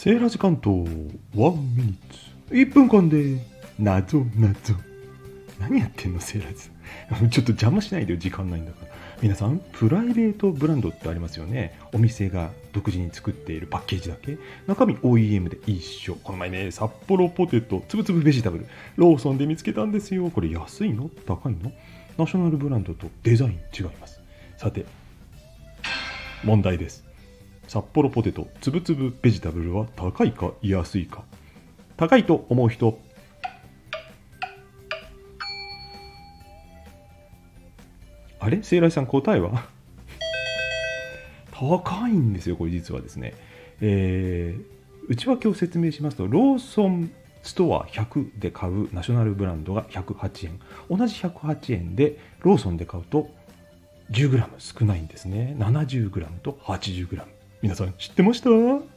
セーラジ関東1ミニッツ1分間で謎何やってんのセーラジちょっと邪魔しないでよ、時間ないんだから。皆さんプライベートブランドってありますよね。お店が独自に作っているパッケージだけ、中身 OEM で一緒。この前ね、札幌ポテトつぶつぶベジタブルローソンで見つけたんですよ。これ安いの高いの？ナショナルブランドとデザイン違います。さて問題です。札幌ポテトつぶつぶベジタブルは高いか安いか。高いと思う人。あれ、セイライさん答えは高いんですよ。これ実はですね、内訳を説明しますと、ローソンストア100で買うナショナルブランドが108円、同じ108円でローソンで買うと 10g 少ないんですね。 70g と 80g。 皆さん知ってました？